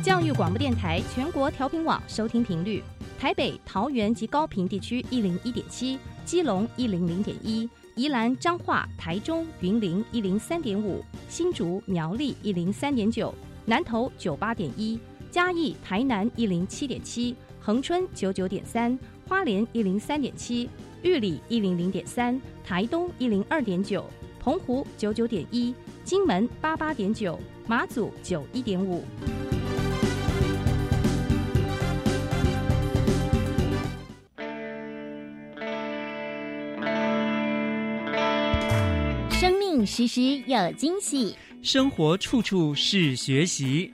教育广播电台全国调频网收听频率：台北、桃园及高屏地区101.7，基隆100.1，宜兰、彰化、台中、云林103.5，新竹、苗栗103.9，南投98.1，嘉义、台南107.7，恒春99.3，花莲103.7，玉里100.3，台东102.9，澎湖99.1，金门88.9，马祖91.5。 生命时时有惊喜， 生活处处是学习。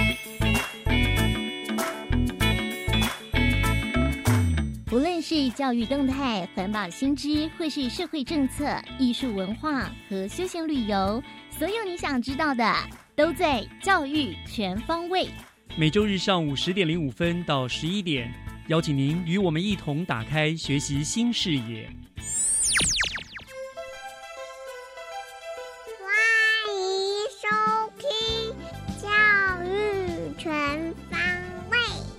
无论是教育动态、环保新知，或是社会政策、艺术文化和休闲旅游，所有你想知道的，都在教育全方位。 每周日上午10点05分到11点，邀请您与我们一同打开学习新视野。 欢迎收听教育全方位。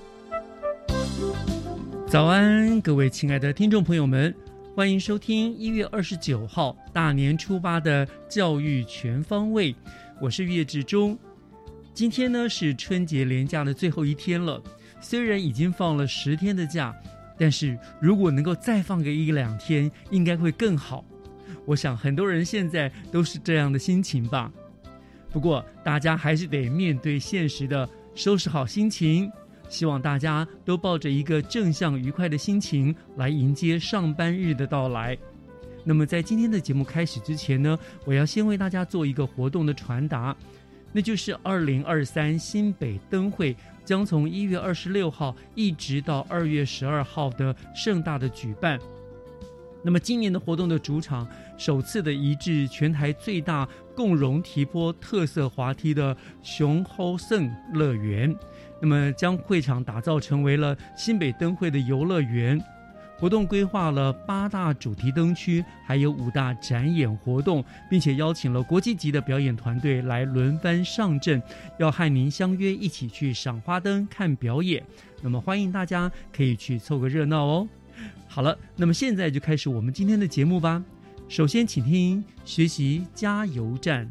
早安，各位亲爱的听众朋友们，欢迎收听1月29号大年初8的教育全方位，我是岳志忠。今天呢是春节连假的最后一天了，虽然已经放了10天的假，但是如果能够再放个1-2天，应该会更好。我想很多人现在都是这样的心情吧。不过大家还是得面对现实的，收拾好心情，希望大家都抱着一个正向愉快的心情来迎接上班日的到来。那么在今天的节目开始之前呢，我要先为大家做一个活动的传达，那就是2023新北灯会将从1月26号一直到2月12号的盛大的举办。那么今年的活动的主场首次的移至全台最大共融提坡特色滑梯的熊猴盛乐园，那么将会场打造成为了新北灯会的游乐园。活动规划了8大主题灯区，还有5大展演活动，并且邀请了国际级的表演团队来轮番上阵，要和您相约一起去赏花灯看表演。那么欢迎大家可以去凑个热闹哦。好了，那么现在就开始我们今天的节目吧。首先请听学习加油站。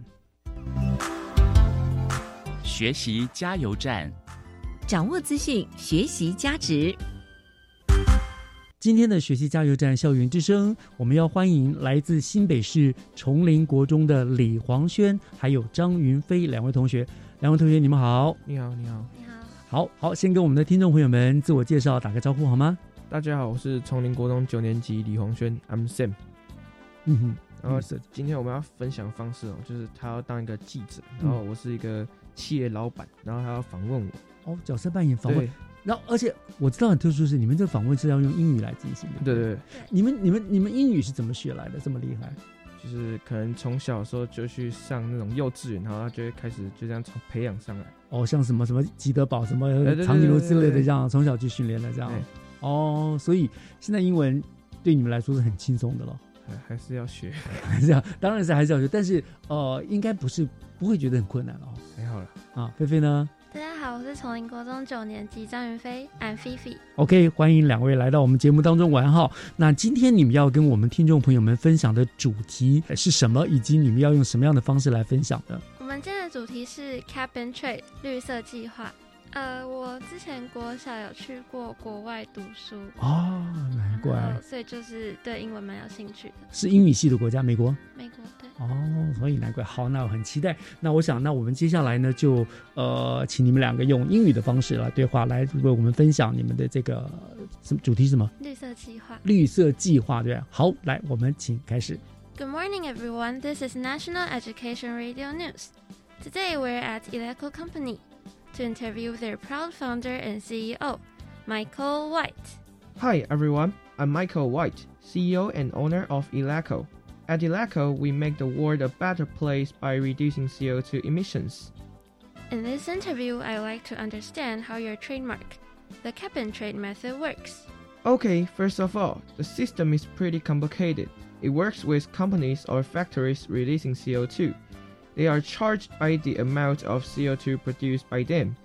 学习加油站， 掌握资讯，学习价值。 今天的学习加油站校园之声，我们要欢迎来自新北市崇林国中的李黄轩还有张云飞2位同学。2位同学你们好。 你好。 你好。 好，先跟我们的听众朋友们自我介绍，打个招呼好吗？ 大家好，我是崇林国中9年级李黄轩 ，I'm Sam。然后今天我们要分享的方式就是他要当一个记者，然后我是一个企业老板，然后他要访问我。 角色扮演访问。然后而且我知道很特殊是你们这个访问是要用英语来进行的。 对。 你们英语是怎么学来的这么厉害？ 就是可能从小的时候就去上那种幼稚园，然后他就会开始就这样培养上来。 像什么吉德堡什么长颈鹿之类的这样，从小去训练的这样。所以现在英文对你们来说是很轻松的了。 还是要学， 当然是还是要学，但是应该不会觉得很困难哦。 还好了啊，菲菲呢？ 大家好，我是崇林国中9年级张云飞 ，I'm Fifi。 OK， 欢迎2位来到我们节目当中玩哈。那今天你们要跟我们听众朋友们分享的主题是什么，以及你们要用什么样的方式来分享的？ 我们今天的主题是 Cap and Trade 绿色计划。我之前国小有去过国外读书难怪， 所以就是对英文蛮有兴趣的。 是英语系的国家，美国对。 所以难怪。好，那我很期待。那我想，那我们接下来呢，就请你们2个用英语的方式来对话，来为我们分享你们的这个主题是什么？ 绿色计划。 绿色计划，对吧？好，来，我们请开始。 Good morning, everyone. This is National Education Radio News. Today we're at Eleco Company.To interview their proud founder and CEO, Michael White. Hi everyone, I'm Michael White, CEO and owner of Eleco. At Eleco, we make the world a better place by reducing CO2 emissions. In this interview, I would like to understand how your trademark, the cap and trade method, works. Okay, first of all, the system is pretty complicated. It works with companies or factories releasing CO2.They are charged by the amount of CO2 produced by them.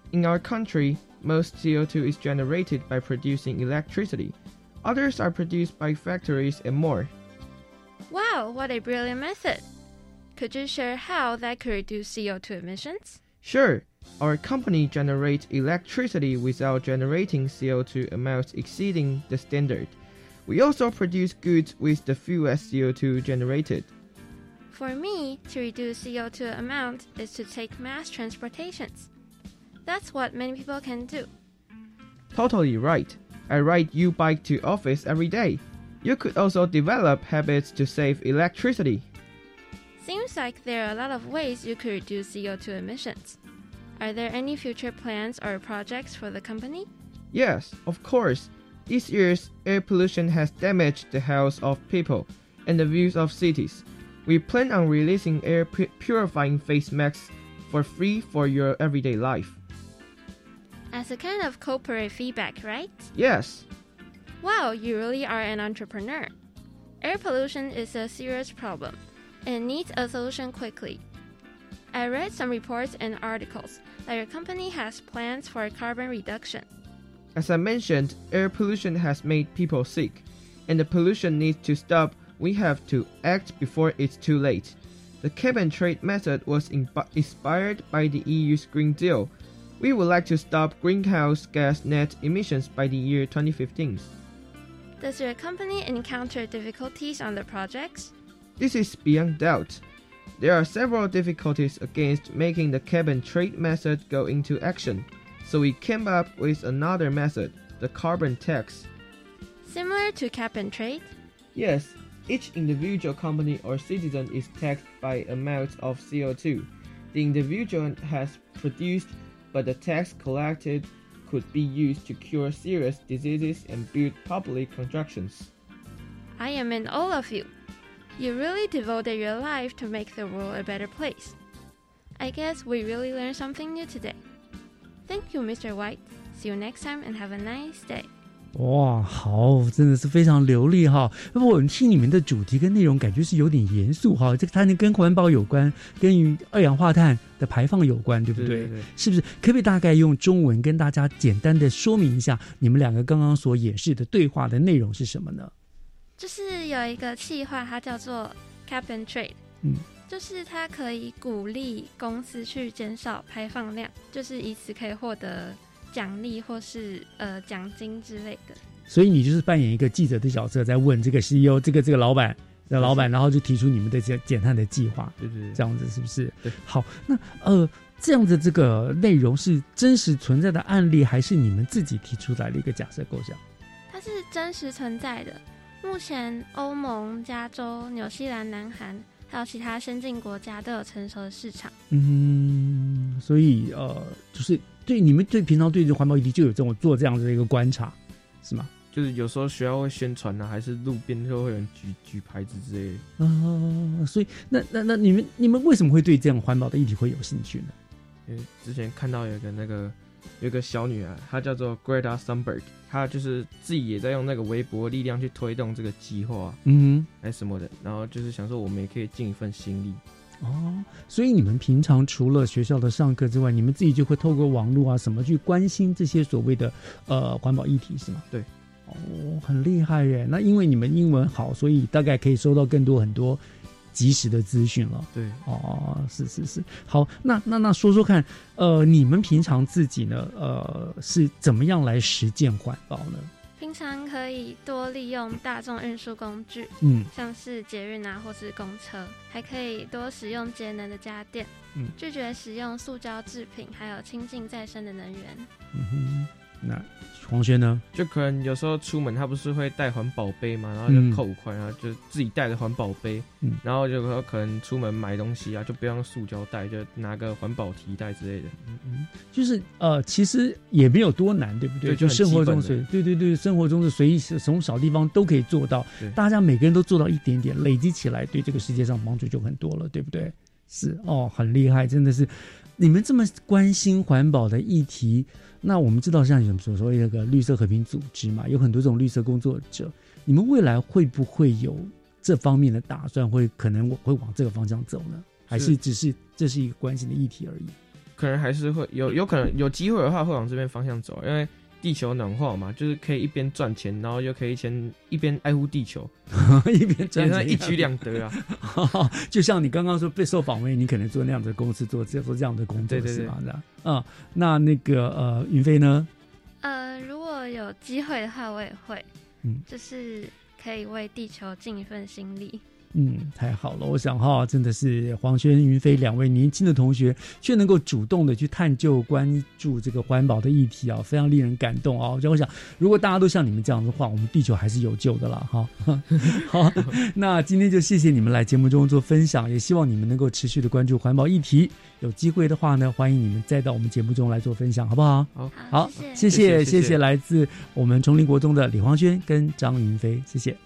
In our country, most CO2 is generated by producing electricity. Others are produced by factories and more. Wow, what a brilliant method! Could you share how that could reduce CO2 emissions? Sure, our company generates electricity without generating CO2 amounts exceeding the standard. We also produce goods with the fewest CO2 generated. For me, to reduce CO2 amount is to take mass transportations. That's what many people can do. Totally right. I ride U-bike to office every day. You could also develop habits to save electricity. Seems like there are a lot of ways you could reduce CO2 emissions. Are there any future plans or projects for the company? Yes, of course. This year's air pollution has damaged the health of people and the views of cities. We plan on releasing air purifying face masks for free for your everyday life. As a kind of corporate feedback, right? Yes. Wow, you really are an entrepreneur. Air pollution is a serious problem and needs a solution quickly. I read some reports and articles that your company has plans for carbon reduction. As I mentioned, air pollution has made people sick, and the pollution needs to stop. We have to act before it's too late. The cap and trade method was inspired by the EU's Green Deal. We would like to stop greenhouse gas net emissions by the year 2015. Does your company encounter difficulties on the projects? This is beyond doubt. There are several difficulties against making the cap and trade method go into action. So we came up with another method, the carbon tax. Similar to cap and trade? Yes, each individual company or citizen is taxed by amount of CO2 the individual has produced, but the tax collected could be used to cure serious diseases and build public constructions. I am in awe of you. You really devoted your life to make the world a better place. I guess we really learned something new today. Thank you, Mr. White. See you next time and have a nice day. 哇，好，真的是非常流利哈。那么我们听你们的主题跟内容，感觉是有点严肃哈。这个它能跟环保有关，跟二氧化碳的排放有关，对不对？ 对。 是不是？可不可以大概用中文跟大家简单的说明一下，你们两个刚刚所演示的对话的内容是什么呢？ 就是有一个企划，它叫做 Cap and Trade。就是它可以鼓励公司去减少排放量，就是以此可以获得奖励或是奖金之类的。 所以你就是扮演一个记者的角色，在问这个 CEO 这个老板，然后就提出你们的减碳的计划， 对， 这样子是不是？ 对。 好，那这样的这个内容是真实存在的案例，还是你们自己提出来的一个假设构想？ 它是真实存在的。目前欧盟、加州、纽西兰、南韩还有其他先进国家都有成熟的市场。 所以就是对你们平常对环保议题就有做这样的一个观察，是吗？ 就是有时候学校会宣传啊，还是路边就会有人举牌子之类的。 所以那你们为什么会对这样环保的议题会有兴趣呢？ 因为之前看到有一个小女孩，她叫做 Greta Thunberg， 她就是自己也在用那个微薄力量去推动这个计划，还是什么的，然后就是想说我们也可以尽一份心力。 所以你们平常除了学校的上课之外，你们自己就会透过网络啊什么去关心这些所谓的环保议题，是吗？ 对。 很厉害耶！那因为你们英文好，所以大概可以收到很多及时的资讯了。 对。 是。好，那说说看，你们平常自己呢，是怎么样来实践环保呢？ 平常可以多利用大众运输工具，像是捷运啊或是公车，还可以多使用节能的家电，拒绝使用塑胶制品，还有亲近再生的能源。 那黄轩呢？ 就可能有时候出门他不是会带环保杯嘛，然后就扣5块，然后就自己带着环保杯，然后就可能出门买东西啊，就不要用塑胶袋，就拿个环保提袋之类的。 就是其实也没有多难，对不对？就生活中对，生活中的随意从小地方都可以做到，大家每个人都做到一点点，累积起来，对这个世界上帮助就很多了，对不对？是很厉害，真的是。你们这么关心环保的议题，那我们知道像什么所谓那个绿色和平组织嘛，有很多这种绿色工作者，你们未来会不会有这方面的打算，可能会往这个方向走呢？还是只是这是一个关心的议题而已？ 可能还是会有可能有机会的话会往这边方向走，因为地球暖化嘛，就是可以一边赚钱，然后又可以一边爱护地球， 一边赚钱， 一举两得啊。 就像你刚刚说被受访问，你可能做那样的公司，做这样的工作， 对是吧？那个云飞呢？ 如果有机会的话，我也会，就是可以为地球尽一份心力。 太好了！我想真的是黄轩、云飞两位年轻的同学，却能够主动的去探究、关注这个环保的议题啊，非常令人感动啊！我想，如果大家都像你们这样的话，我们地球还是有救的啦！哈。好，那今天就谢谢你们来节目中做分享，也希望你们能够持续的关注环保议题。有机会的话呢，欢迎你们再到我们节目中来做分享，好不好？ 好， 谢谢来自我们崇林国中的李黄轩跟张云飞，谢谢。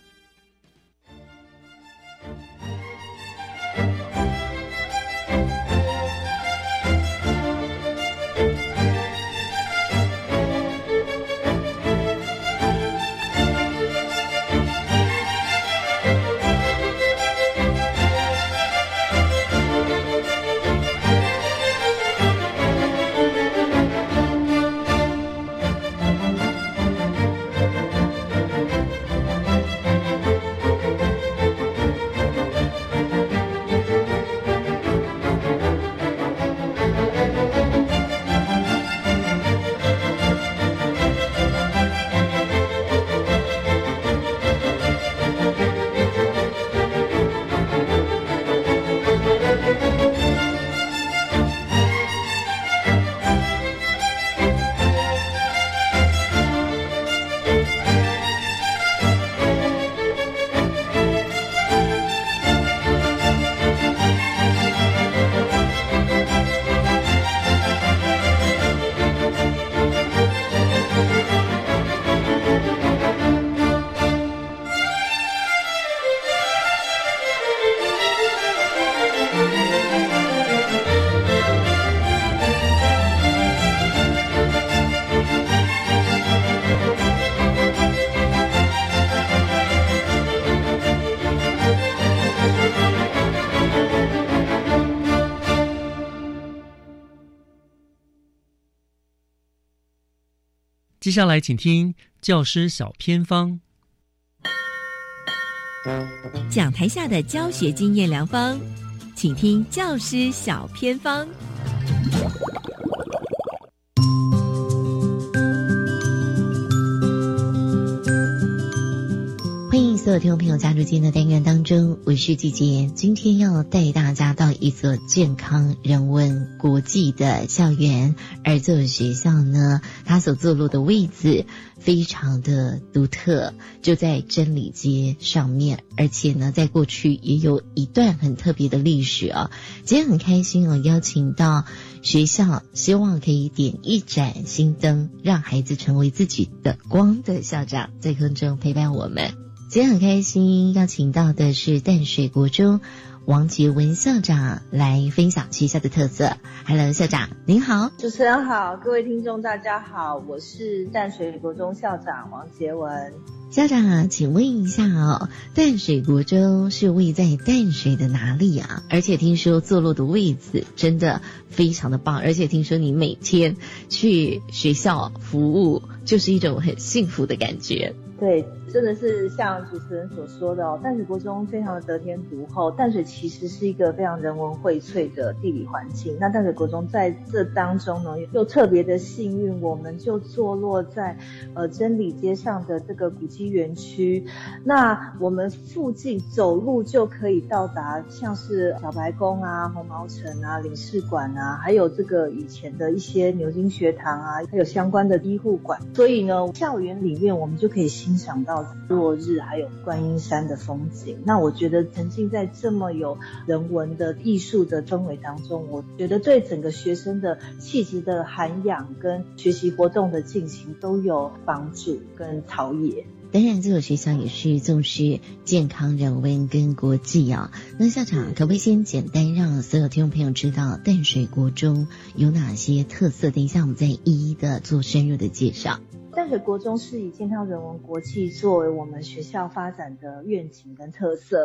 接下来请听教师小偏方， 讲台下的教学经验良方，请听教师小偏方。 欢迎所有听众朋友加入今天的单元当中，我是季杰。今天要带大家到一所健康人文国际的校园，而这所学校呢，它所坐落的位置非常的独特，就在真理街上面，而且呢，在过去也有一段很特别的历史啊。今天很开心哦，邀请到学校，希望可以点一盏新灯，让孩子成为自己的光的校长，在空中陪伴我们。今天很开心邀请到的是淡水国中王杰文校长来分享学校的特色。Hello， 校长您好。 主持人好，各位听众大家好，我是淡水国中校长王杰文。 校长，请问一下哦，淡水国中是位在淡水的哪里啊？而且听说坐落的位置真的非常的棒，而且听说你每天去学校服务就是一种很幸福的感觉。 对，真的是像主持人所说的哦，淡水国中非常的得天独厚。淡水其实是一个非常人文荟萃的地理环境，那淡水国中在这当中呢，又特别的幸运，我们就坐落在真理街上的这个古迹园区。那我们附近走路就可以到达，像是小白宫啊、红毛城啊、领事馆啊，还有这个以前的一些牛津学堂啊，还有相关的医护馆。所以呢，校园里面我们就可以欣赏到落日还有观音山的风景。那我觉得沉浸在这么有人文的艺术的氛围当中，我觉得对整个学生的气质的涵养跟学习活动的进行都有帮助跟陶冶。 当然这所学校也是重视健康人文跟国际啊。那校长可不可以先简单让所有听众朋友知道淡水国中有哪些特色，等一下我们再一一的做深入的介绍。 淡水国中是以健康人文国际作为我们学校发展的愿景跟特色哦。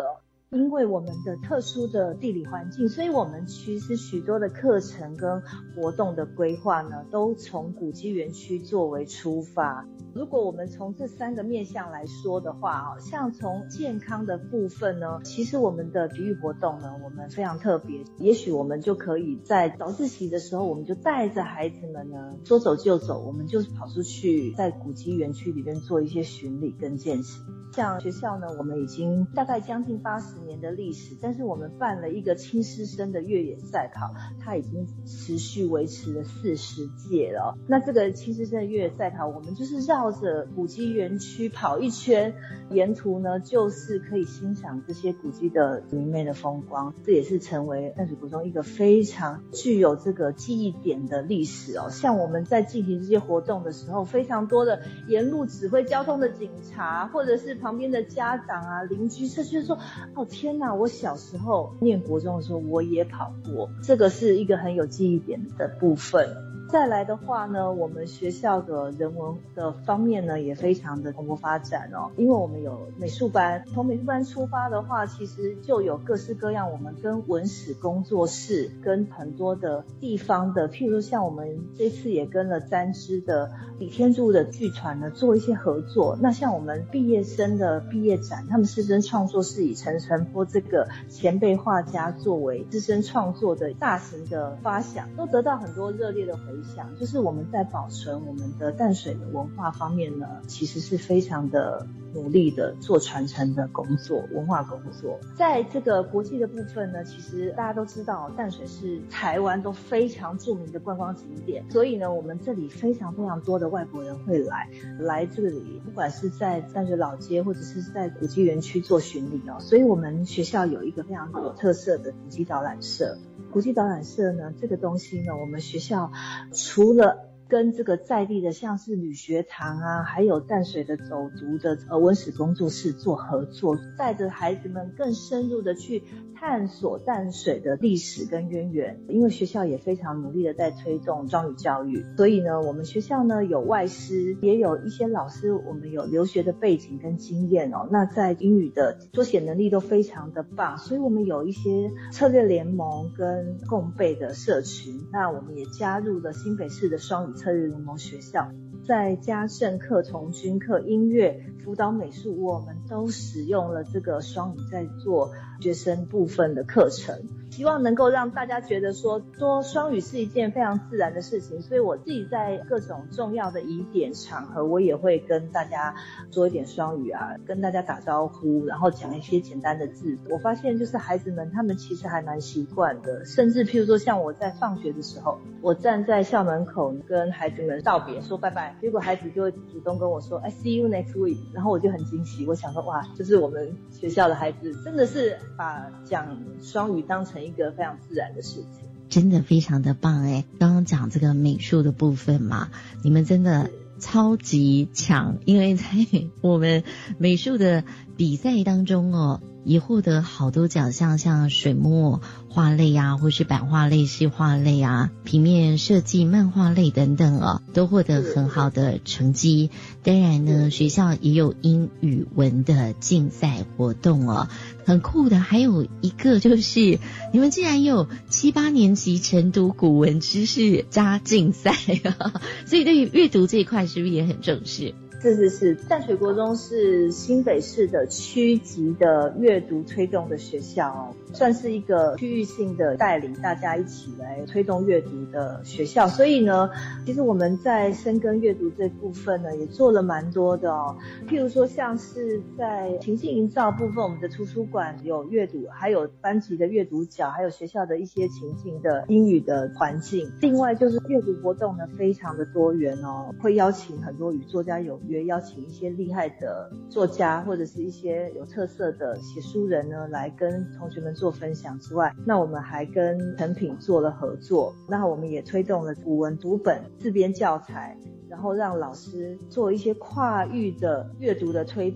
因为我们的特殊的地理环境，所以我们其实许多的课程跟活动的规划呢，都从古迹园区作为出发。如果我们从这3个面向来说的话，像从健康的部分呢，其实我们的体育活动呢，我们非常特别。也许我们就可以在早自习的时候，我们就带着孩子们呢，说走就走，我们就跑出去在古迹园区里面做一些巡礼跟健行。像学校呢，我们已经大概将近80年的历史，但是我们办了一个亲师生的越野赛跑，它已经持续维持了40届了。那这个亲师生的越野赛跑，我们就是绕着古迹园区跑一圈，沿途呢就是可以欣赏这些古迹的明媚的风光，这也是成为淡水国中一个非常具有这个记忆点的历史哦。像我们在进行这些活动的时候，非常多的沿路指挥交通的警察，或者是旁边的家长啊、邻居，社区说：“哦天哪，我小时候念国中的时候我也跑过。”这个是一个很有记忆点的部分。再来的话呢，我们学校的人文的方面呢也非常的蓬勃发展哦，因为我们有美术班，从美术班出发的话，其实就有各式各样，我们跟文史工作室跟很多的地方的，譬如说像我们这次也跟了3支的李天柱的剧团呢做一些合作。那像我们毕业生的毕业展，他们师生创作是以陈澄波这个前辈画家作为师生创作的大型的发想，都得到很多热烈的回响。就是我们在保存我们的淡水的文化方面呢，其实是非常的努力的做传承的工作，文化工作。在这个国际的部分呢，其实大家都知道淡水是台湾都非常著名的观光景点，所以呢我们这里非常非常多的外国人会来这里，不管是在淡水老街或者是在古迹园区做巡礼哦。所以我们学校有一个非常有特色的古迹导览社。古迹导览社呢，这个东西呢，我们学校除了跟这个在地的像是旅学堂啊，还有淡水的走读的文史工作室做合作，带着孩子们更深入的去探索淡水的历史跟渊源。因为学校也非常努力的在推动双语教育，所以呢我们学校呢有外师，也有一些老师我们有留学的背景跟经验哦，那在英语的书写能力都非常的棒，所以我们有一些策略联盟跟共备的社群。那我们也加入了新北市的双语策略联盟学校，在家政课、童军课、音乐、辅导、美术，我们都使用了这个双语在做学生部分的课程，希望能够让大家觉得说双语是一件非常自然的事情。所以我自己在各种重要的仪典场合，我也会跟大家做一点双语啊，跟大家打招呼，然后讲一些简单的字。我发现就是孩子们他们其实还蛮习惯的，甚至譬如说像我在放学的时候，我站在校门口跟孩子们道别说拜拜，结果孩子就会主动跟我说 I see you next week， 然后我就很惊喜，我想说哇，就是我们学校的孩子真的是把讲双语当成一个非常自然的事情， 真的非常的棒哎！刚刚讲这个美术的部分嘛，你们真的超级强，因为在我们美术的比赛当中哦，也获得好多奖项，像水墨画类啊，或是版画类、系画类啊、平面设计、漫画类等等哦，都获得很好的成绩。当然呢，学校也有英语文的竞赛活动哦，很酷的。还有一个就是你们竟然有7、8年级晨读古文知识加竞赛啊，所以对于阅读这一块是不是也很重视？ 是，淡水国中是新北市的区级的阅读推动的学校哦，算是一个区域性的带领大家一起来推动阅读的学校。所以呢，其实我们在深耕阅读这部分呢，也做了蛮多的哦。譬如说像是在情境营造部分，我们的图书馆有阅读，还有班级的阅读角，还有学校的一些情境的英语的环境。另外就是阅读活动呢，非常的多元哦，会邀请很多与作家有约，邀请一些厉害的作家或者是一些有特色的写书人呢，来跟同学们做分享之外，那我们还跟成品做了合作，那我们也推动了古文读本、自编教材，然后让老师做一些跨域的阅读的推动。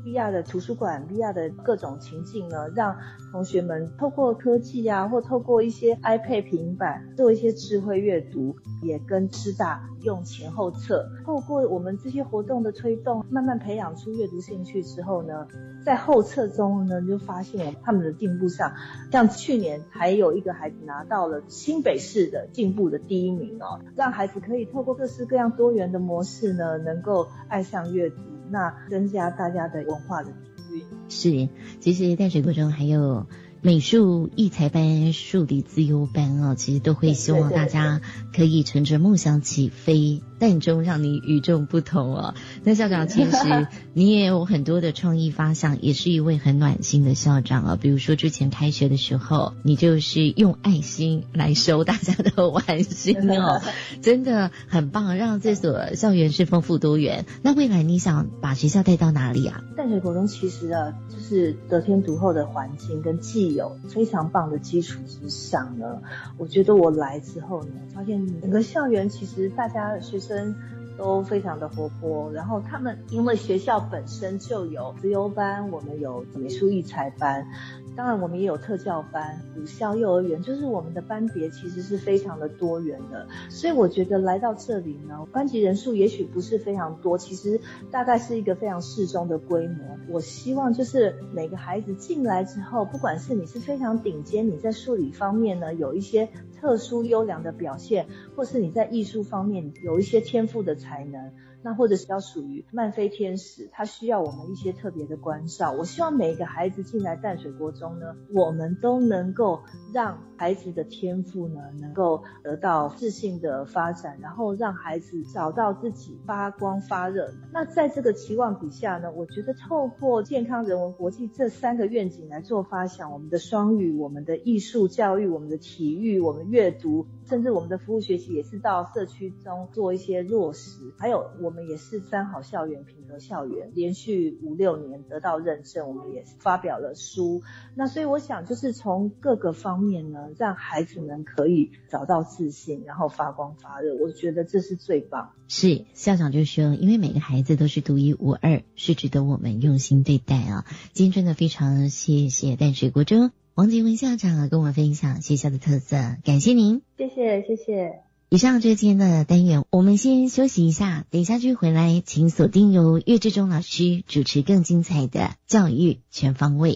VR 的图书馆 VR 的各种情境呢，让同学们透过科技啊，或透过一些 iPad 平板做一些智慧阅读，也跟师大用前后册，透过我们这些活动的推动，慢慢培养出阅读兴趣之后呢，在后册中呢就发现他们的进步上，像去年还有一个孩子拿到了新北市的进步的第1名哦，让孩子可以透过各式各样多元的模式呢，能够爱上阅读，那增加大家的文化的底蕴。 是，其实淡水国中还有美术艺才班、数理资优班哦，其实都会希望大家可以乘着梦想起飞，但终让你与众不同哦。那校长其实你也有很多的创意发想，也是一位很暖心的校长啊。比如说之前开学的时候，你就是用爱心来收大家的玩心哦，真的很棒，让这所校园是丰富多元。那未来你想把学校带到哪里啊？ 淡水国中其实啊，就是得天独厚的环境跟既有非常棒的基础之上呢，我觉得我来之后呢，发现整个校园其实大家学生都非常的活泼，然后他们因为学校本身就有资优班，我们有美术艺才班，当然我们也有特教班、补校幼儿园，就是我们的班别其实是非常的多元的。所以我觉得来到这里呢，班级人数也许不是非常多，其实大概是一个非常适中的规模。我希望就是每个孩子进来之后，不管是你是非常顶尖，你在数理方面呢有一些特殊优良的表现，或是你在艺术方面有一些天赋的才能，那或者是要属于慢飞天使，他需要我们一些特别的关照。我希望每一个孩子进来淡水国中呢，我们都能够让孩子的天赋呢能够得到自信的发展，然后让孩子找到自己发光发热。那在这个期望底下呢，我觉得透过健康人文国际这3个愿景来做发想，我们的双语、我们的艺术教育、我们的体育、我们阅读，甚至我们的服务学习也是到社区中做一些落实。还有我们也是3好校园、品格校园，连续5-6年得到认证，我们也发表了书。那所以我想就是从各个方面呢，让孩子们可以找到自信，然后发光发热，我觉得这是最棒。 是，校长就说因为每个孩子都是独一无二，是值得我们用心对待啊。今天真的非常谢谢淡水国中王杰文校长跟我们分享学校的特色，感谢您。 谢谢谢谢。 以上这今天的单元我们先休息一下，等一下就回来，请锁定由岳志忠老师主持更精彩的教育全方位。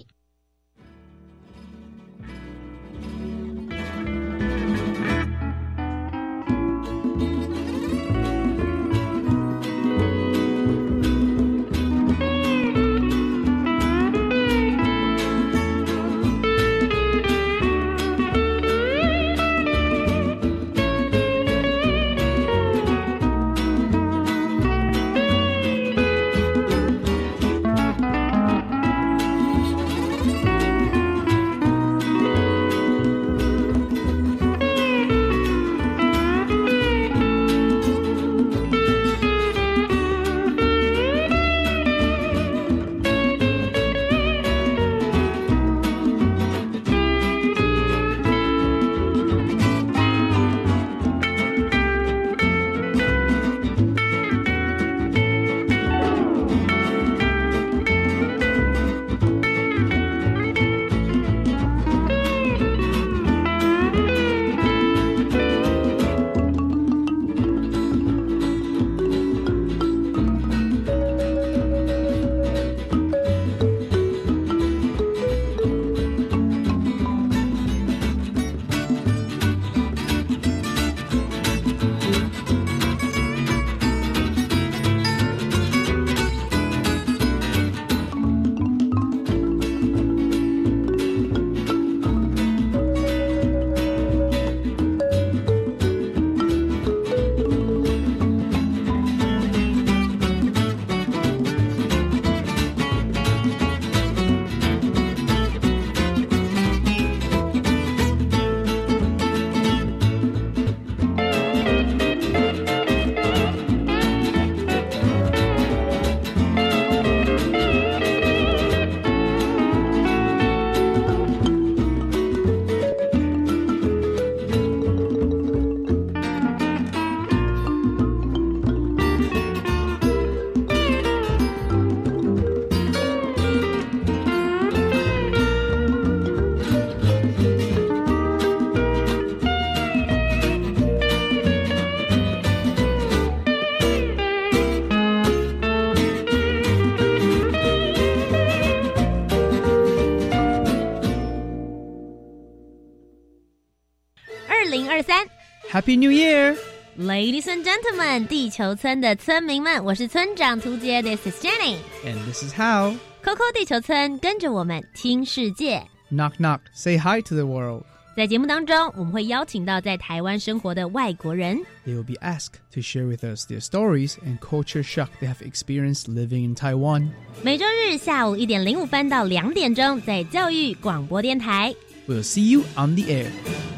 Happy New Year! Ladies and gentlemen, 地球村的村民们，我是村长涂杰 ，This is Jenny. And this is Hao. Coco 地球村，跟着我们听世界。 Knock knock, say hi to the world. 在节目当中，我们会邀请到在台湾生活的外国人。 They will be asked to share with us their stories and culture shock they have experienced living in Taiwan. 每周日下午1点05分到2点钟，在教育广播电台。 We'll see you on the air.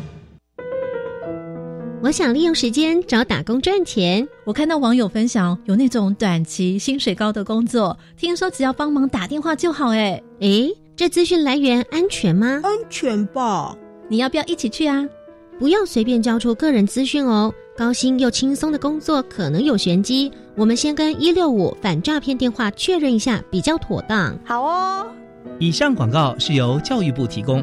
我想利用时间找打工赚钱。 我看到网友分享有那种短期薪水高的工作，听说只要帮忙打电话就好。 这资讯来源安全吗？ 安全吧。 你要不要一起去啊？ 不要随便交出个人资讯哦，高薪又轻松的工作可能有玄机，我们先跟165反诈骗电话确认一下比较妥当。 好哦。 以上广告是由教育部提供。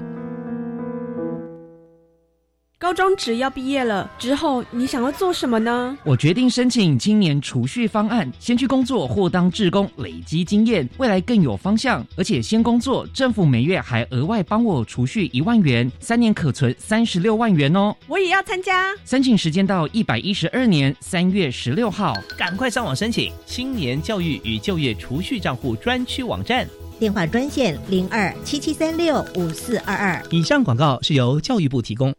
高中职要毕业了之后，你想要做什么呢？ 我决定申请青年储蓄方案，先去工作或当志工，累积经验，未来更有方向。而且先工作，政府每月还额外帮我储蓄1万元，3年可存36万元哦。 我也要参加。 申请时间到112年3月16号， 赶快上网申请青年教育与就业储蓄账户专区网站。 电话专线02-7736-5422。 以上广告是由教育部提供。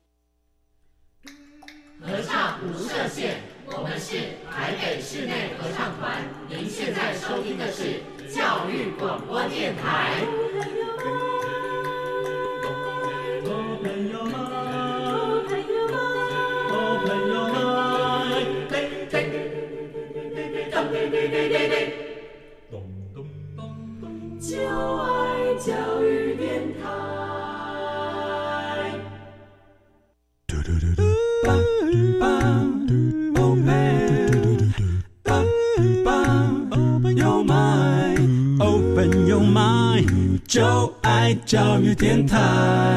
合唱无设限，我们是台北室内合唱团。您现在收听的是教育广播电台。就爱教育电台。Open your mind， 就爱教育电台。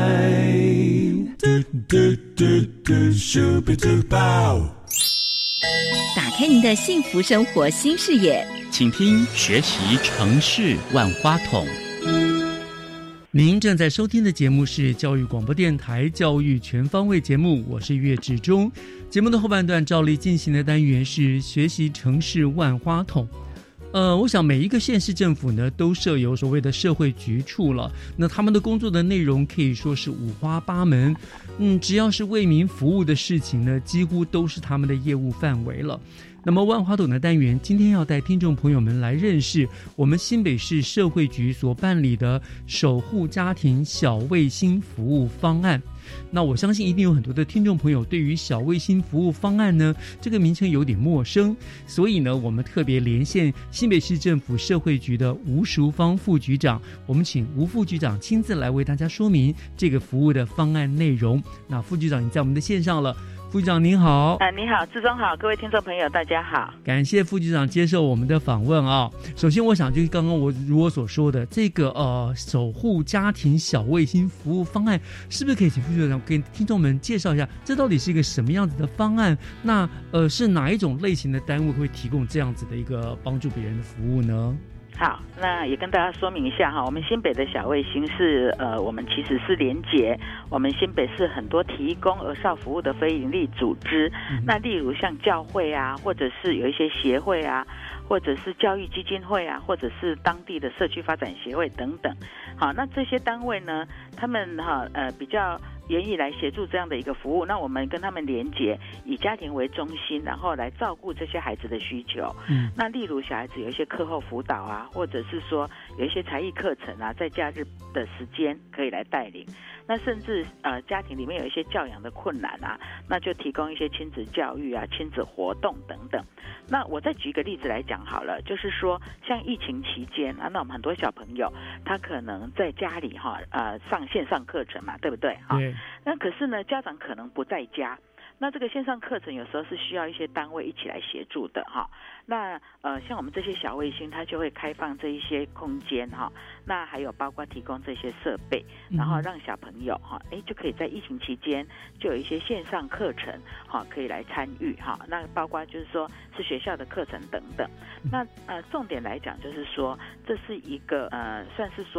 打开您的幸福生活新视野， 请听学习城市万花筒。 您正在收听的节目是教育广播电台教育全方位节目，我是岳志忠。节目的后半段照例进行的单元是学习城市万花筒。我想每一个县市政府呢都设有所谓的社会局处了，那他们的工作的内容可以说是五花八门，只要是为民服务的事情呢，几乎都是他们的业务范围了。那么万花筒的单元今天要带听众朋友们来认识我们新北市社会局所办理的守护家庭小卫星服务方案。那我相信一定有很多的听众朋友对于小卫星服务方案呢这个名称有点陌生，所以呢我们特别连线新北市政府社会局的吴淑芳副局长，我们请吴副局长亲自来为大家说明这个服务的方案内容。那副局长已经在我们的线上了。副局长您好。 你好，志忠好，各位听众朋友大家好， 感谢副局长接受我们的访问啊。首先我想就是刚刚如我所说的这个守护家庭小卫星服务方案，是不是可以请副局长给听众们介绍一下这到底是一个什么样子的方案？那是哪一种类型的单位会提供这样子的一个帮助别人的服务呢？ 好，那也跟大家说明一下哈，我们新北的小卫星是我们其实是连结我们新北市很多提供儿少服务的非营利组织，那例如像教会啊，或者是有一些协会啊，或者是教育基金会啊，或者是当地的社区发展协会等等。好，那这些单位呢，他们比较愿意来协助这样的一个服务，那我们跟他们连结，以家庭为中心，然后来照顾这些孩子的需求。那例如小孩子有一些课后辅导啊，或者是说有一些才艺课程啊，在假日的时间可以来带领。那甚至家庭里面有一些教养的困难啊，那就提供一些亲子教育啊、亲子活动等等。那我再举一个例子来讲好了，就是说像疫情期间啊，那我们很多小朋友他可能在家里上线上课程嘛，对不对？对。那可是呢，家长可能不在家。那这个线上课程有时候是需要一些单位一起来协助的哈。那像我们这些小卫星，它就会开放这一些空间哈。那还有包括提供这些设备，然后让小朋友就可以在疫情期间就有一些线上课程可以来参与哈。那包括就是说是学校的课程等等。那重点来讲就是说，这是一个算是说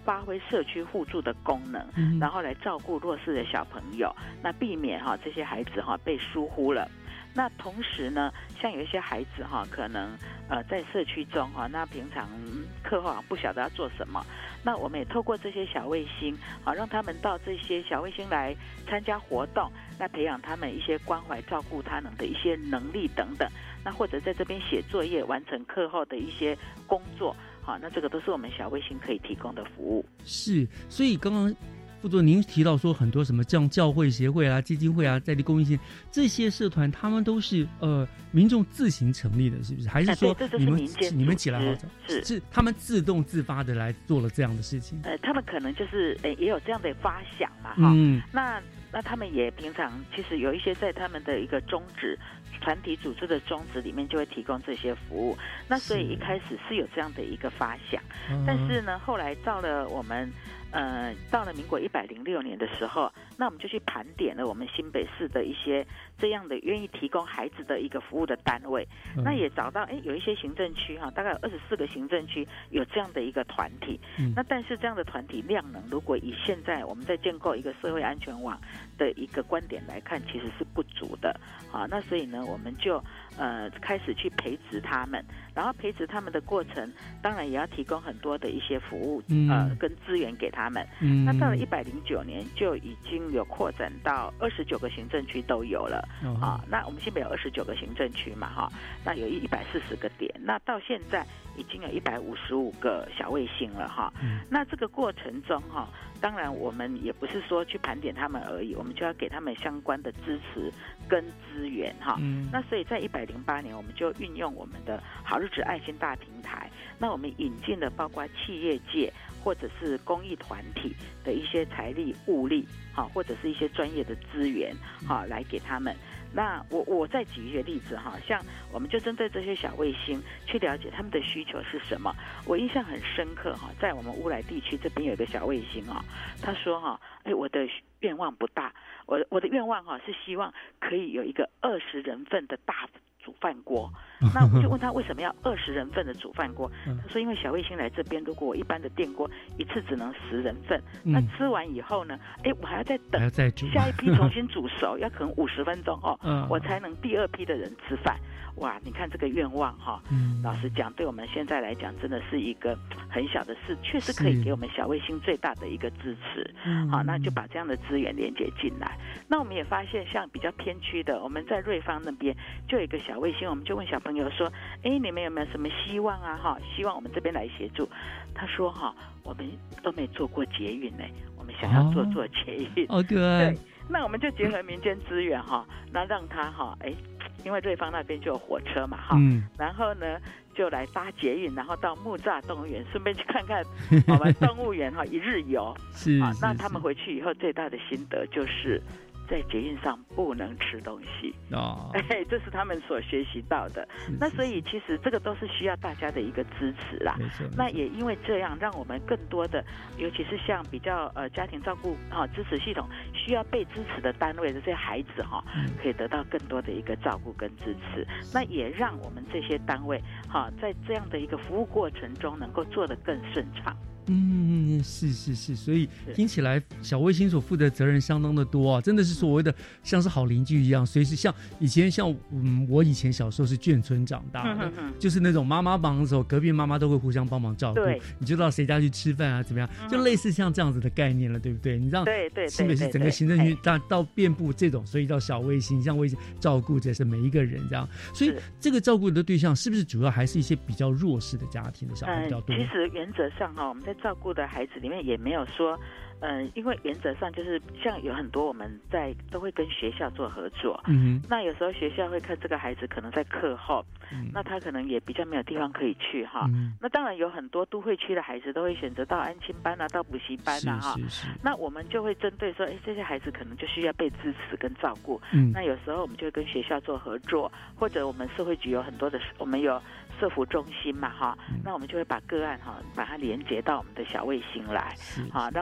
发挥社区互助的功能，然后来照顾弱势的小朋友，那避免这些孩子被疏忽了。那同时呢，像有一些孩子可能在社区中那平常课后不晓得要做什么，那我们也透过这些小卫星让他们到这些小卫星来参加活动，那培养他们一些关怀照顾他人的一些能力等等，那或者在这边写作业，完成课后的一些工作，那这个都是我们小卫星可以提供的服务。 是，所以刚刚副座您提到说很多什么像教会协会啊、基金会啊、在地公益性这些社团，他们都是民众自行成立的，是不是？还是说你们起来是他们自动自发的来做了这样的事情？ 他们可能就是也有这样的发想嘛，那他们也平常其实有一些在他们的一个宗旨团体组织的宗旨里面就会提供这些服务，那所以一开始是有这样的一个发想，但是呢后来到了我们到了民国106年的时候，那我们就去盘点了我们新北市的一些这样的愿意提供孩子的一个服务的单位，那也找到有一些行政区大概有24个行政区有这样的一个团体，那但是这样的团体量能，如果以现在我们在建构一个社会安全网的一个观点来看，其实是不足的那所以呢我们就开始去培植他们，然后培植他们的过程当然也要提供很多的一些服务跟资源给他们，那到了109年就已经有扩展到29个行政区都有了那我们新北有29个行政区嘛那有140个点，那到现在已经有155个小卫星了那这个过程中当然我们也不是说去盘点他们而已，我们就要给他们相关的支持跟资源那所以在108年我们就运用我们的好日子爱心大平台，那我们引进了包括企业界或者是公益团体的一些财力物力或者是一些专业的资源来给他们。那我再举一个例子像我们就针对这些小卫星去了解他们的需求是什么。我印象很深刻在我们乌来地区这边有一个小卫星他说我的愿望不大，我的愿望是希望可以有一个20人份的大煮饭锅。那我就问他为什么要20人份的煮饭锅，他说因为小卫星来这边，如果我一般的电锅一次只能10人份，那吃完以后呢我还要再等下一批重新煮熟要可能50分钟我才能第2批的人吃饭。哇，你看这个愿望老实讲对我们现在来讲真的是一个很小的事，确实可以给我们小卫星最大的一个支持那就把这样的资源连接进来。那我们也发现像比较偏区的，我们在瑞芳那边就有一个小卫星，我们就问小朋友说你们有没有什么希望啊希望我们这边来协助。他说我们都没做过捷运呢，我们想要做捷运。 好可爱。 对，那我们就结合民间资源那让他因为瑞芳那边就有火车嘛然后呢就来搭捷运，然后到木栅动物园顺便去看看我们动物园一日游是那他们回去以后最大的心得就是在捷运上不能吃东西这是他们所学习到的。那所以其实这个都是需要大家的一个支持啦。那也因为这样让我们更多的尤其是像比较家庭照顾支持系统需要被支持的单位的这些孩子可以得到更多的一个照顾跟支持，那也让我们这些单位在这样的一个服务过程中能够做得更顺畅。 是，所以听起来小卫星所负的责任相当的多真的是所谓的像是好邻居一样，随时像以前我以前小时候是眷村长大的就是那种妈妈忙的时候隔壁妈妈都会互相帮忙照顾，你就到谁家去吃饭怎么样就类似像这样子的概念了，对不对？你知道新北市整个行政区到遍布这种，所以叫小卫星，像卫星照顾者是每一个人这样，所以这个照顾的对象是不是主要还是一些比较弱势的家庭的小孩比较多？ 其实原则上我们在照顾的孩子里面也没有说因为原则上就是像有很多我们都会跟学校做合作那有时候学校会看这个孩子可能在课后那他可能也比较没有地方可以去那当然有很多都会区的孩子都会选择到安亲班到补习班那我们就会针对说这些孩子可能就需要被支持跟照顾那有时候我们就会跟学校做合作，或者我们社会局有很多的我们有社福中心嘛那我们就会把个案把它连接到我们的小卫星来让他们在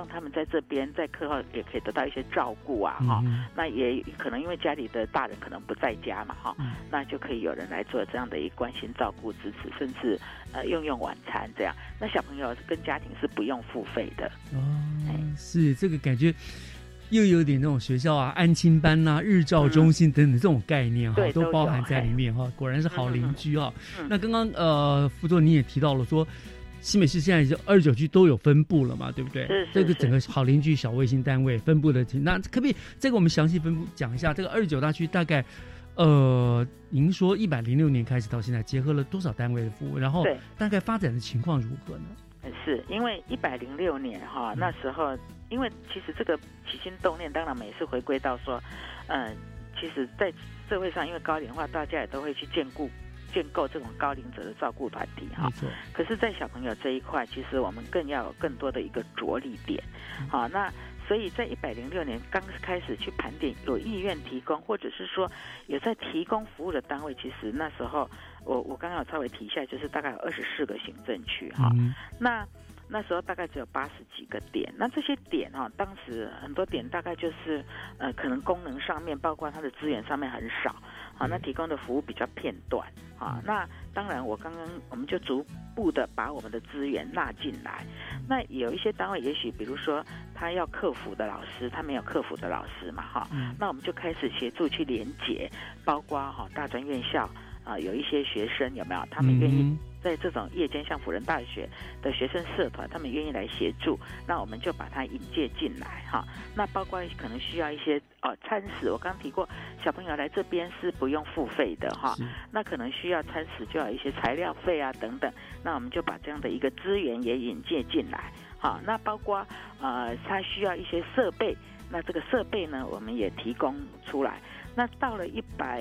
在这边在课后也可以得到一些照顾啊那也可能因为家里的大人可能不在家嘛那就可以有人来做这样的一个关心照顾支持，甚至用晚餐这样，那小朋友跟家庭是不用付费的是这个感觉又有点那种学校安亲班日照中心等等这种概念都包含在里面果然是好邻居那刚刚副座你也提到了说新北市现在就29区都有分布了嘛，对不对？ 是这个整个好邻居小卫星单位分布的，那可不可以再给我们详细分布讲一下这个29大区大概您说106年开始到现在结合了多少单位的服务，然后大概发展的情况如何呢？ 是因为106年那时候因为其实这个起心动念当然我们也是回归到说其实在社会上因为高龄化大家也都会去建构这种高龄者的照顾团体可是在小朋友这一块其实我们更要有更多的一个着力点那所以在106年刚开始去盘点有意愿提供或者是说有在提供服务的单位，其实那时候我刚刚有稍微提一下，就是大概有24个行政区那时候大概只有80几个点，那这些点当时很多点大概就是可能功能上面包括它的资源上面很少那提供的服务比较片段那当然我们就逐步的把我们的资源纳进来，那有一些单位也许比如说他要客服的老师他没有客服的老师嘛那我们就开始协助去连结，包括大专院校有一些学生有没有他们愿意在这种夜间像辅仁大学的学生社团他们愿意来协助，那我们就把它引介进来那包括可能需要一些餐食，我刚提过小朋友来这边是不用付费的那可能需要餐食就要一些材料费啊等等，那我们就把这样的一个资源也引介进来那包括他需要一些设备，那这个设备呢我们也提供出来，那到了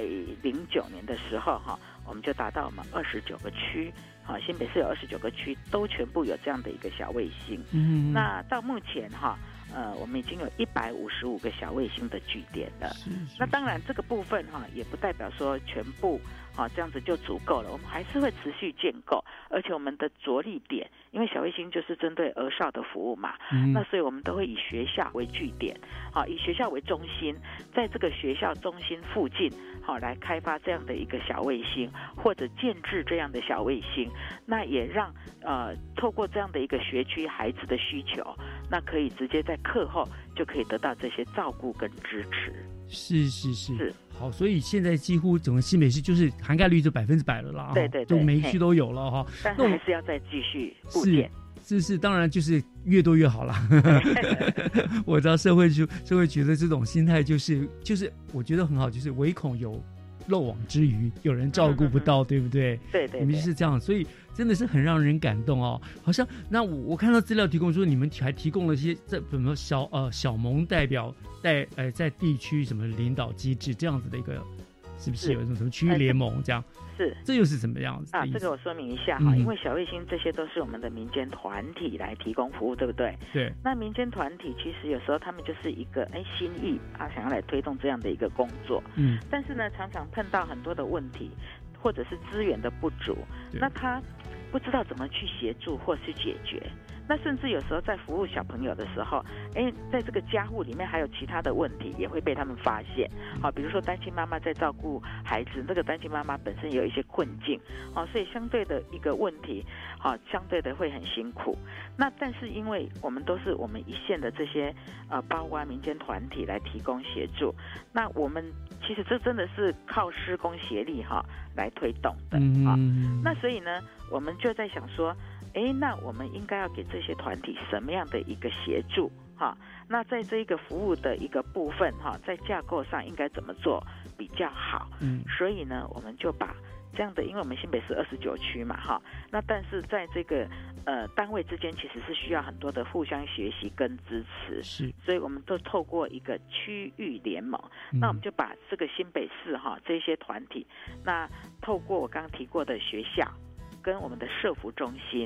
109年的时候我们就达到我们29个区新北市有29个区都全部有这样的一个小卫星那到目前我们已经有155个小卫星的据点了那当然这个部分也不代表说全部这样子就足够了，我们还是会持续建构，而且我们的着力点因为小卫星就是针对儿少的服务嘛那所以我们都会以学校为据点以学校为中心，在这个学校中心附近来开发这样的一个小卫星或者建制这样的小卫星，那也让透过这样的一个学区孩子的需求，那可以直接在课后就可以得到这些照顾跟支持。 是好，所以现在几乎整个新北市就是涵盖率就100%了啦对就每一区都有了但是还是要再继续布建是当然就是越多越好啦我知道社会局的这种心态就是我觉得很好，就是唯恐有漏网之鱼，有人照顾不到对不对？ 对你们就是这样，所以真的是很让人感动好像那我看到资料提供说你们还提供了一些什么小盟代表在地区什么领导机制这样子的一个，是不是有一种什么区域联盟这样？这又是什么样子这个我说明一下因为小卫星这些都是我们的民间团体来提供服务，对不对？ 对。 那民间团体其实有时候他们就是一个心意想要来推动这样的一个工作但是呢常常碰到很多的问题或者是资源的不足，那他不知道怎么去协助或是解决，那甚至有时候在服务小朋友的时候在这个家户里面还有其他的问题也会被他们发现比如说单亲妈妈在照顾孩子，这个单亲妈妈本身也有一些困境所以相对的一个问题相对的会很辛苦，那但是因为我们都是我们一线的这些包括民间团体来提供协助，那我们其实这真的是靠施工协力来推动的那所以呢我们就在想说那我们应该要给这些团体什么样的一个协助那在这一个服务的一个部分在架构上应该怎么做比较好所以呢我们就把这样的，因为我们新北市29区嘛那但是在这个单位之间其实是需要很多的互相学习跟支持所以我们都透过一个区域联盟那我们就把这个新北市这些团体，那透过我刚刚提过的学校跟我们的社福中心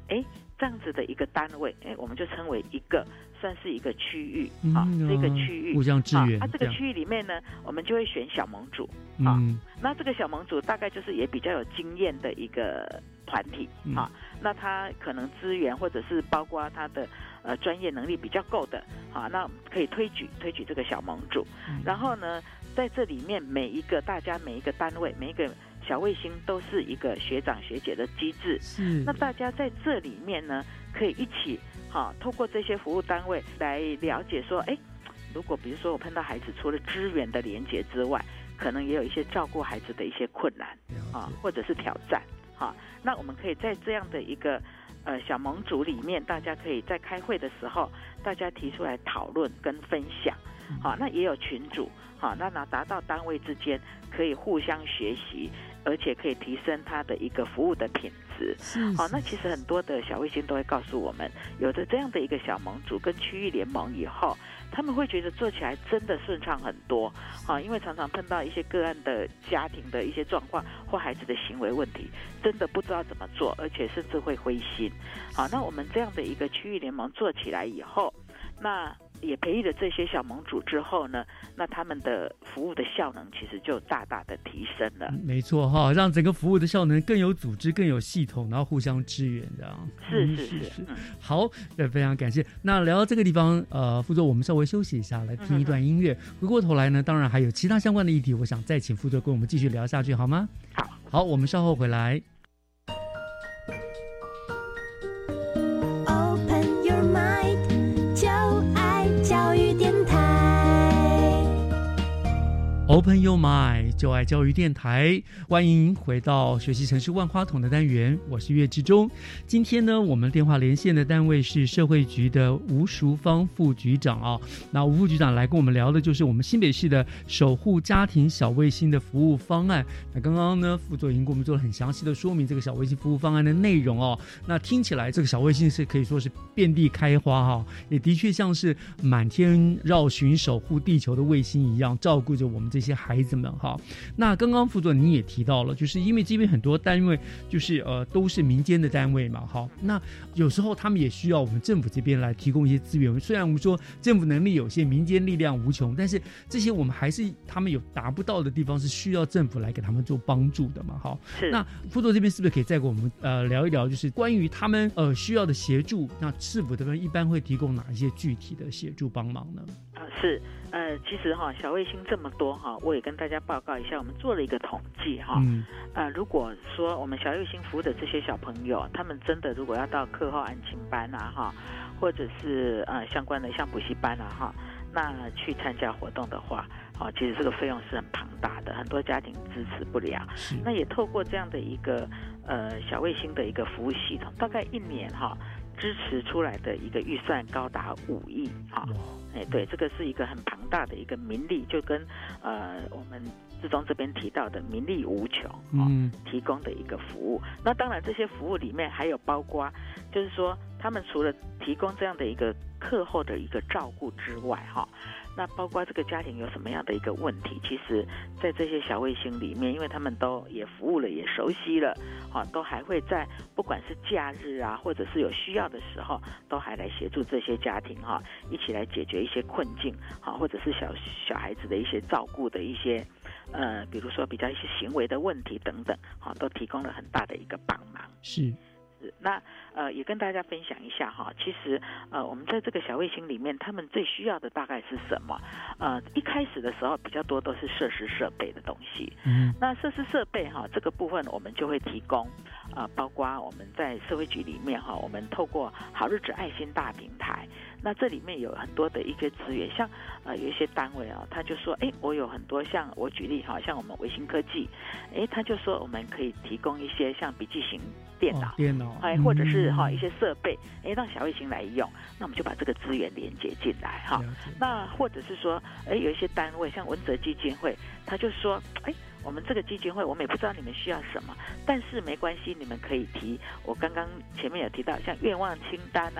这样子的一个单位，我们就称为算是一个区域这个区域互相支援。 这个区域里面呢，我们就会选小盟主那这个小盟主大概就是也比较有经验的一个团体那他可能资源或者是包括他的专业能力比较够的那可以推举这个小盟主然后呢，在这里面每一个单位每一个小卫星都是一个学长学姐的机制，那大家在这里面呢，可以一起透过这些服务单位来了解说，如果比如说我碰到孩子除了资源的连结之外，可能也有一些照顾孩子的一些困难或者是挑战那我们可以在这样的一个小盟组里面，大家可以在开会的时候，大家提出来讨论跟分享那也有群组那达到单位之间可以互相学习，而且可以提升它的一个服务的品质那其实很多的小卫星都会告诉我们，有着这样的一个小盟组跟区域联盟以后，他们会觉得做起来真的顺畅很多因为常常碰到一些个案的家庭的一些状况或孩子的行为问题，真的不知道怎么做，而且甚至会灰心那我们这样的一个区域联盟做起来以后，那也培育了这些小盟主之后呢，那他们的服务的效能其实就大大的提升了。 没错让整个服务的效能更有组织更有系统，然后互相支援这样。 是好，非常感谢。那聊到这个地方副座我们稍微休息一下，来听一段音乐回过头来呢，当然还有其他相关的议题，我想再请副座跟我们继续聊下去好吗？好，我们稍后回来。Open Your Mind， 就爱教育电台，欢迎回到学习城市万花筒的单元，我是岳志忠。今天呢，我们电话连线的单位是社会局的吴淑芳副局长那吴副局长来跟我们聊的就是我们新北市的守护家庭小卫星的服务方案。那刚刚呢，副座已经给我们做了很详细的说明这个小卫星服务方案的内容那听起来这个小卫星是可以说是遍地开花也的确像是满天绕巡守护地球的卫星一样，照顾着我们这些孩子们那刚刚副座你也提到了，就是因为这边很多单位就是都是民间的单位嘛那有时候他们也需要我们政府这边来提供一些资源。虽然我们说政府能力有限，民间力量无穷，但是这些我们还是他们有达不到的地方，是需要政府来给他们做帮助的嘛那副座这边是不是可以再给我们聊一聊，就是关于他们需要的协助，那市府这边一般会提供哪一些具体的协助帮忙呢？ 是其实小卫星这么多我也跟大家报告一下，我们做了一个统计如果说我们小卫星服务的这些小朋友，他们真的如果要到课后安亲班或者是相关的像补习班那去参加活动的话其实这个费用是很庞大的，很多家庭支持不了。那也透过这样的一个小卫星的一个服务系统，大概一年支持出来的一个预算高达5亿对，这个是一个很庞大的一个民力，就跟我们志忠这边提到的民力无穷提供的一个服务。那当然这些服务里面还有包括就是说他们除了提供这样的一个课后的一个照顾之外那包括这个家庭有什么样的一个问题，其实在这些小卫星里面，因为他们都也服务了也熟悉了都还会在不管是假日或者是有需要的时候，都还来协助这些家庭一起来解决一些困境或者是小孩子的一些照顾的一些比如说比较一些行为的问题等等都提供了很大的一个帮忙。 是那也跟大家分享一下其实我们在这个小卫星里面，他们最需要的大概是什么？一开始的时候比较多都是设施设备的东西。那设施设备这个部分我们就会提供包括我们在社会局里面我们透过好日子爱心大平台，那这里面有很多的一些资源，像有一些单位他就说我有很多，像我举例像我们微星科技他就说我们可以提供一些像笔记型电脑或者是一些设备让小卫星来用，那我们就把这个资源连接进来那或者是说有一些单位像文哲基金会，他就说我们这个基金会我们也不知道你们需要什么，但是没关系，你们可以提我刚刚前面有提到像愿望清单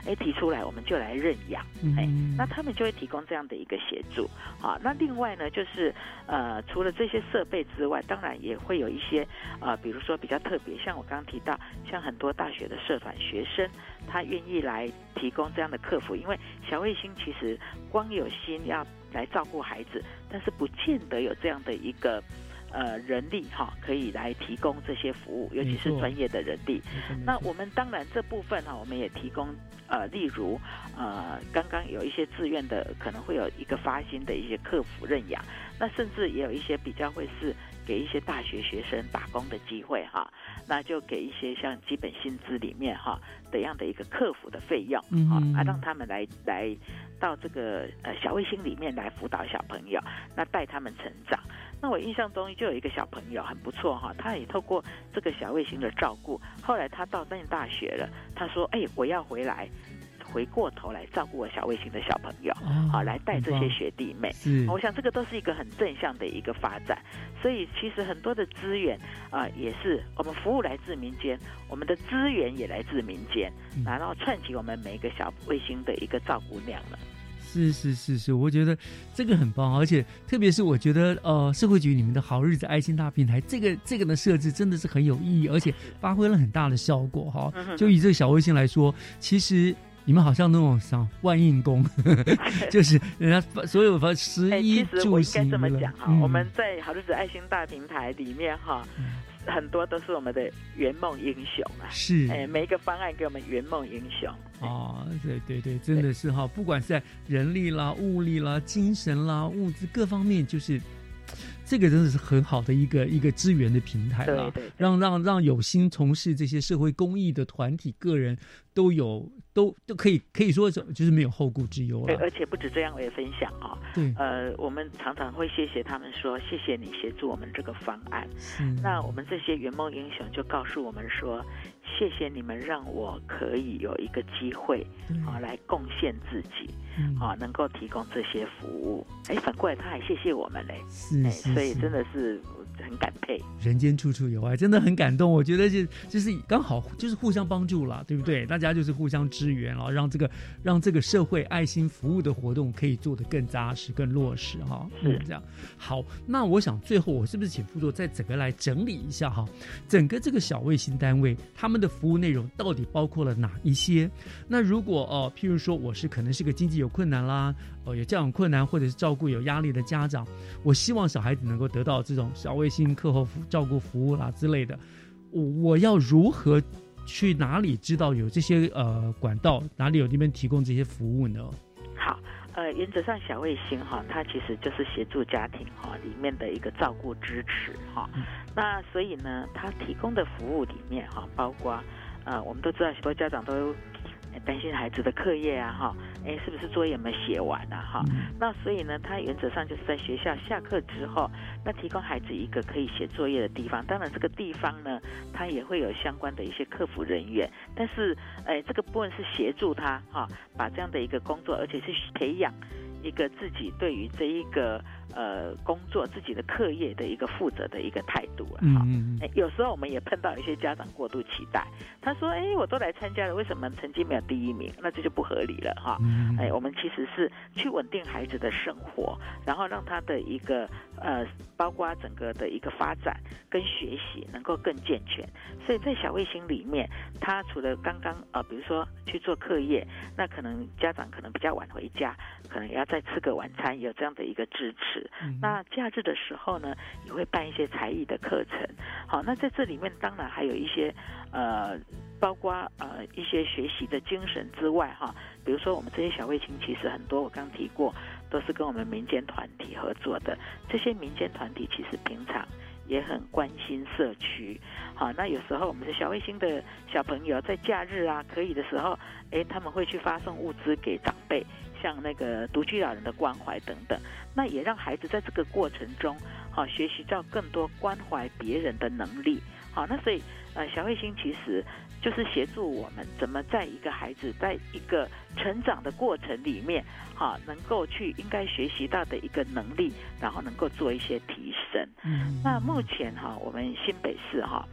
提出来我们就来认养，那他们就会提供这样的一个协助。好，那另外呢，就是除了这些设备之外，当然也会有一些比如说比较特别，像我刚刚提到，像很多大学的社团学生，他愿意来提供这样的客服，因为小卫星其实光有心要来照顾孩子，但是不见得有这样的一个人力可以来提供这些服务，尤其是专业的人力。那我们当然这部分我们也提供例如刚刚有一些自愿的，可能会有一个发薪的一些客服认养，那甚至也有一些比较会是给一些大学学生打工的机会那就给一些像基本薪资里面的样的一个客服的费用让他们来到这个小卫星里面来辅导小朋友，那带他们成长。那我印象中就有一个小朋友很不错他也透过这个小卫星的照顾，后来他到念大学了，他说我要回过头来照顾我小卫星的小朋友来带这些学弟妹。我想这个都是一个很正向的一个发展。所以其实很多的资源也是我们服务来自民间，我们的资源也来自民间，然后串起我们每一个小卫星的一个照顾量了。 是，我觉得这个很棒，而且特别是我觉得社会局你们的好日子爱心大平台这个的设置真的是很有意义，而且发挥了很大的效果就以这个小卫星来说，其实你们好像那种像万应公就是人家所有的食衣住行， 其实我应该这么讲我们在好日子爱心大平台里面很多都是我们的圆梦英雄是每一个方案给我们圆梦英雄对，真的是不管是在人力啦、物力啦、精神啦、物质各方面，就是这个真的是很好的一个支援的平台啦， 对， 让有心从事这些社会公益的团体、个人都可以说就是没有后顾之忧了。 对，而且不止这样，我也分享对， 我们常常会谢谢他们说，谢谢你协助我们这个方案。那我们这些圆梦英雄就告诉我们说，谢谢你们让我可以有一个机会来贡献自己能够提供这些服务。反过来他还谢谢我们嘞，所以真的是很感佩。 人间处处有爱，真的很感动。我觉得就是刚好就是互相帮助啦，对不对？大家就是互相支援，然后让这个社会爱心服务的活动可以做得更扎实、更落实这样。好，那我想最后我是不是请副座再整个来整理一下整个这个小卫星单位他们的服务内容到底包括了哪一些？那如果譬如说我可能是个经济有困难啦，有教养困难或者是照顾有压力的家长，我希望小孩子能够得到这种小卫星课后照顾服务啦之类的，我要如何去哪里知道有这些管道，哪里有那边提供这些服务呢？ 好，原则上小卫星它其实就是协助家庭里面的一个照顾支持那所以呢，它提供的服务里面包括我们都知道许多家长都担心孩子的课业是不是作业有没有写完那所以呢，它原则上就是在学校下课之后，那提供孩子一个可以写作业的地方。当然这个地方呢，它也会有相关的一些客服人员，但是这个部分是协助他把这样的一个工作，而且是培养一个自己对于这一个工作自己的课业的一个负责的一个态度有时候我们也碰到一些家长过度期待，他说我都来参加了，为什么成绩没有第一名？那这就不合理了我们其实是去稳定孩子的生活，然后让他的一个包括整个的一个发展跟学习能够更健全。所以在小卫星里面，他除了刚刚比如说去做课业，那可能家长可能比较晚回家，可能也要再吃个晚餐，有这样的一个支持。那假日的时候呢，也会办一些才艺的课程。好，那在这里面当然还有一些包括一些学习的精神之外比如说我们这些小卫星其实很多我刚提过都是跟我们民间团体合作的，这些民间团体其实平常也很关心社区。好，那有时候我们的小卫星的小朋友在假日可以的时候他们会去发送物资给长辈，像那个独居老人的关怀等等，那也让孩子在这个过程中学习到更多关怀别人的能力。好，那所以小卫星其实就是协助我们怎么在一个孩子在一个成长的过程里面能够去应该学习到的一个能力，然后能够做一些提升。那目前我们新北市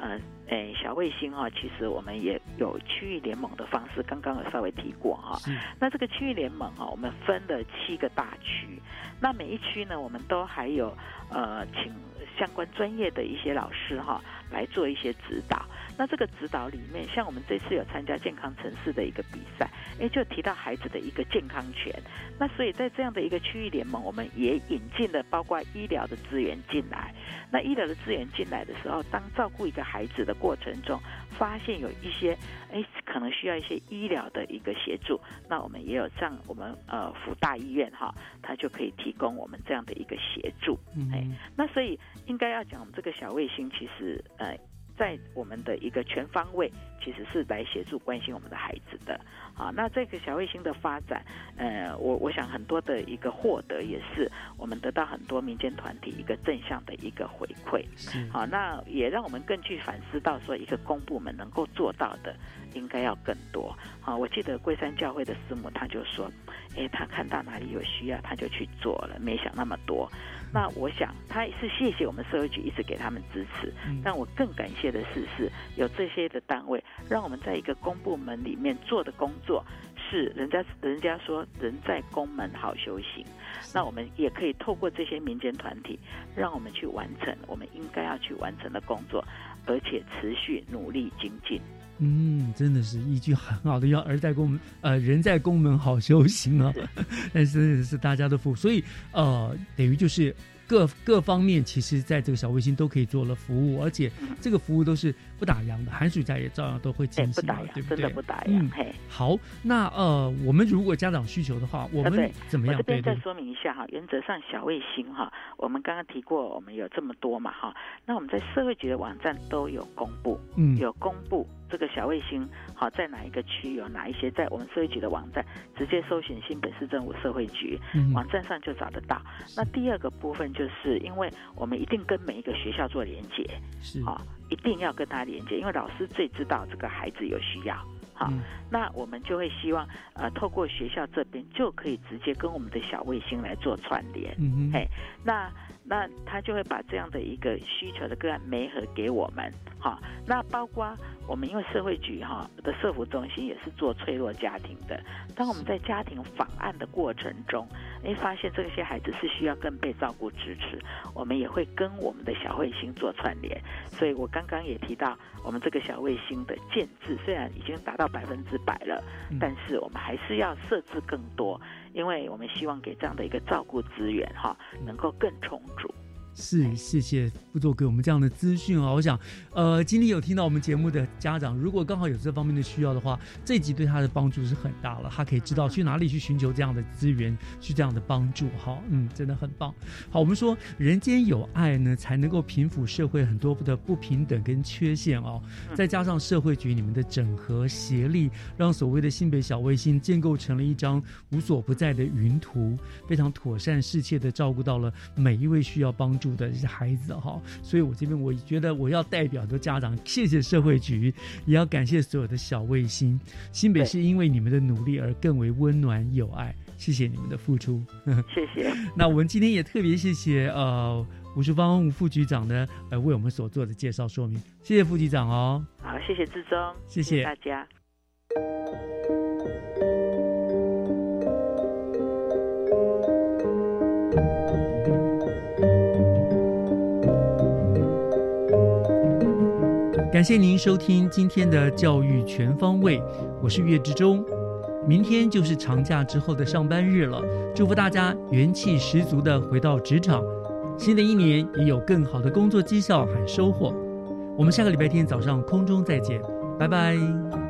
小卫星其实我们也有区域联盟的方式，刚刚有稍微提过那这个区域联盟我们分了7个大区，那每一区呢，我们都还有请相关专业的一些老师来做一些指导。那这个指导里面，像我们这次有参加健康城市的一个比赛，就提到孩子的一个健康权。那所以在这样的一个区域联盟，我们也引进了包括医疗的资源进来。那医疗的资源进来的时候，当照顾一个孩子的过程中，发现有一些可能需要一些医疗的一个协助，那我们也有像我们辅大医院它就可以提供我们这样的一个协助。那所以应该要讲，我们这个小卫星其实在我们的一个全方位，其实是来协助关心我们的孩子的。那这个小卫星的发展，我想很多的一个获得也是我们得到很多民间团体一个正向的一个回馈。那也让我们更去反思到说，一个公部门能够做到的应该要更多。我记得龟山教会的师母他就说，他看到哪里有需要他就去做了，没想那么多。那我想他是谢谢我们社会局一直给他们支持，但我更感谢的是有这些的单位，让我们在一个公部门里面做的工作是人家说人在公门好修行，那我们也可以透过这些民间团体，让我们去完成我们应该要去完成的工作，而且持续努力精进。 真的是一句很好的，要人在宫门好修行啊，但是大家的服务，所以等于就是各方面，其实在这个小卫星都可以做了服务，而且这个服务都是不打烊的，寒暑假也照样都会进行，对不对？ 真的不打烊。 好，那我们如果家长需求的话，我们怎么样？ 我这边再说明一下原则上小卫星我们刚刚提过，我们有这么多嘛那我们在社会局的网站都有公布，有公布这个小卫星在哪一个区有哪一些，在我们社会局的网站直接搜寻新北市政府社会局网站上就找得到。那第二个部分就是因为我们一定跟每一个学校做连结，一定要跟他连结，因为老师最知道这个孩子有需要。那我们就会希望透过学校这边就可以直接跟我们的小卫星来做串联。那他就会把这样的一个需求的个案媒合给我们。那包括我们因为社会局的社福中心也是做脆弱家庭的，当我们在家庭访案的过程中发现这些孩子是需要更被照顾支持，我们也会跟我们的小卫星做串联。所以我刚刚也提到，我们这个小卫星的建制虽然已经达到100%了，但是我们还是要设置更多，因为我们希望给这样的一个照顾资源能够更充足。 是，谢谢副座给我们这样的资讯我想今天有听到我们节目的家长，如果刚好有这方面的需要的话，这一集对他的帮助是很大了，他可以知道去哪里去寻求这样的资源，去这样的帮助真的很棒。好，我们说人间有爱呢，才能够平抚社会很多的不平等跟缺陷再加上社会局你们的整合协力，让所谓的新北小卫星建构成了一张无所不在的云图，非常妥善适切的照顾到了每一位需要帮助的这些孩子所以我这边我觉得我要代表的家长谢谢社会局，也要感谢所有的小卫星。新北是因为你们的努力而更为温暖有爱，谢谢你们的付出。 谢谢。 那我们今天也特别谢谢吴淑芳吴副局长呢为我们所做的介绍说明，谢谢副局长好，谢谢志忠， 谢谢大家。 感谢您收听今天的教育全方位，我是岳志忠。明天就是长假之后的上班日了，祝福大家元气十足的回到职场，新的一年也有更好的工作绩效和收获。我们下个礼拜天早上空中再见，拜拜。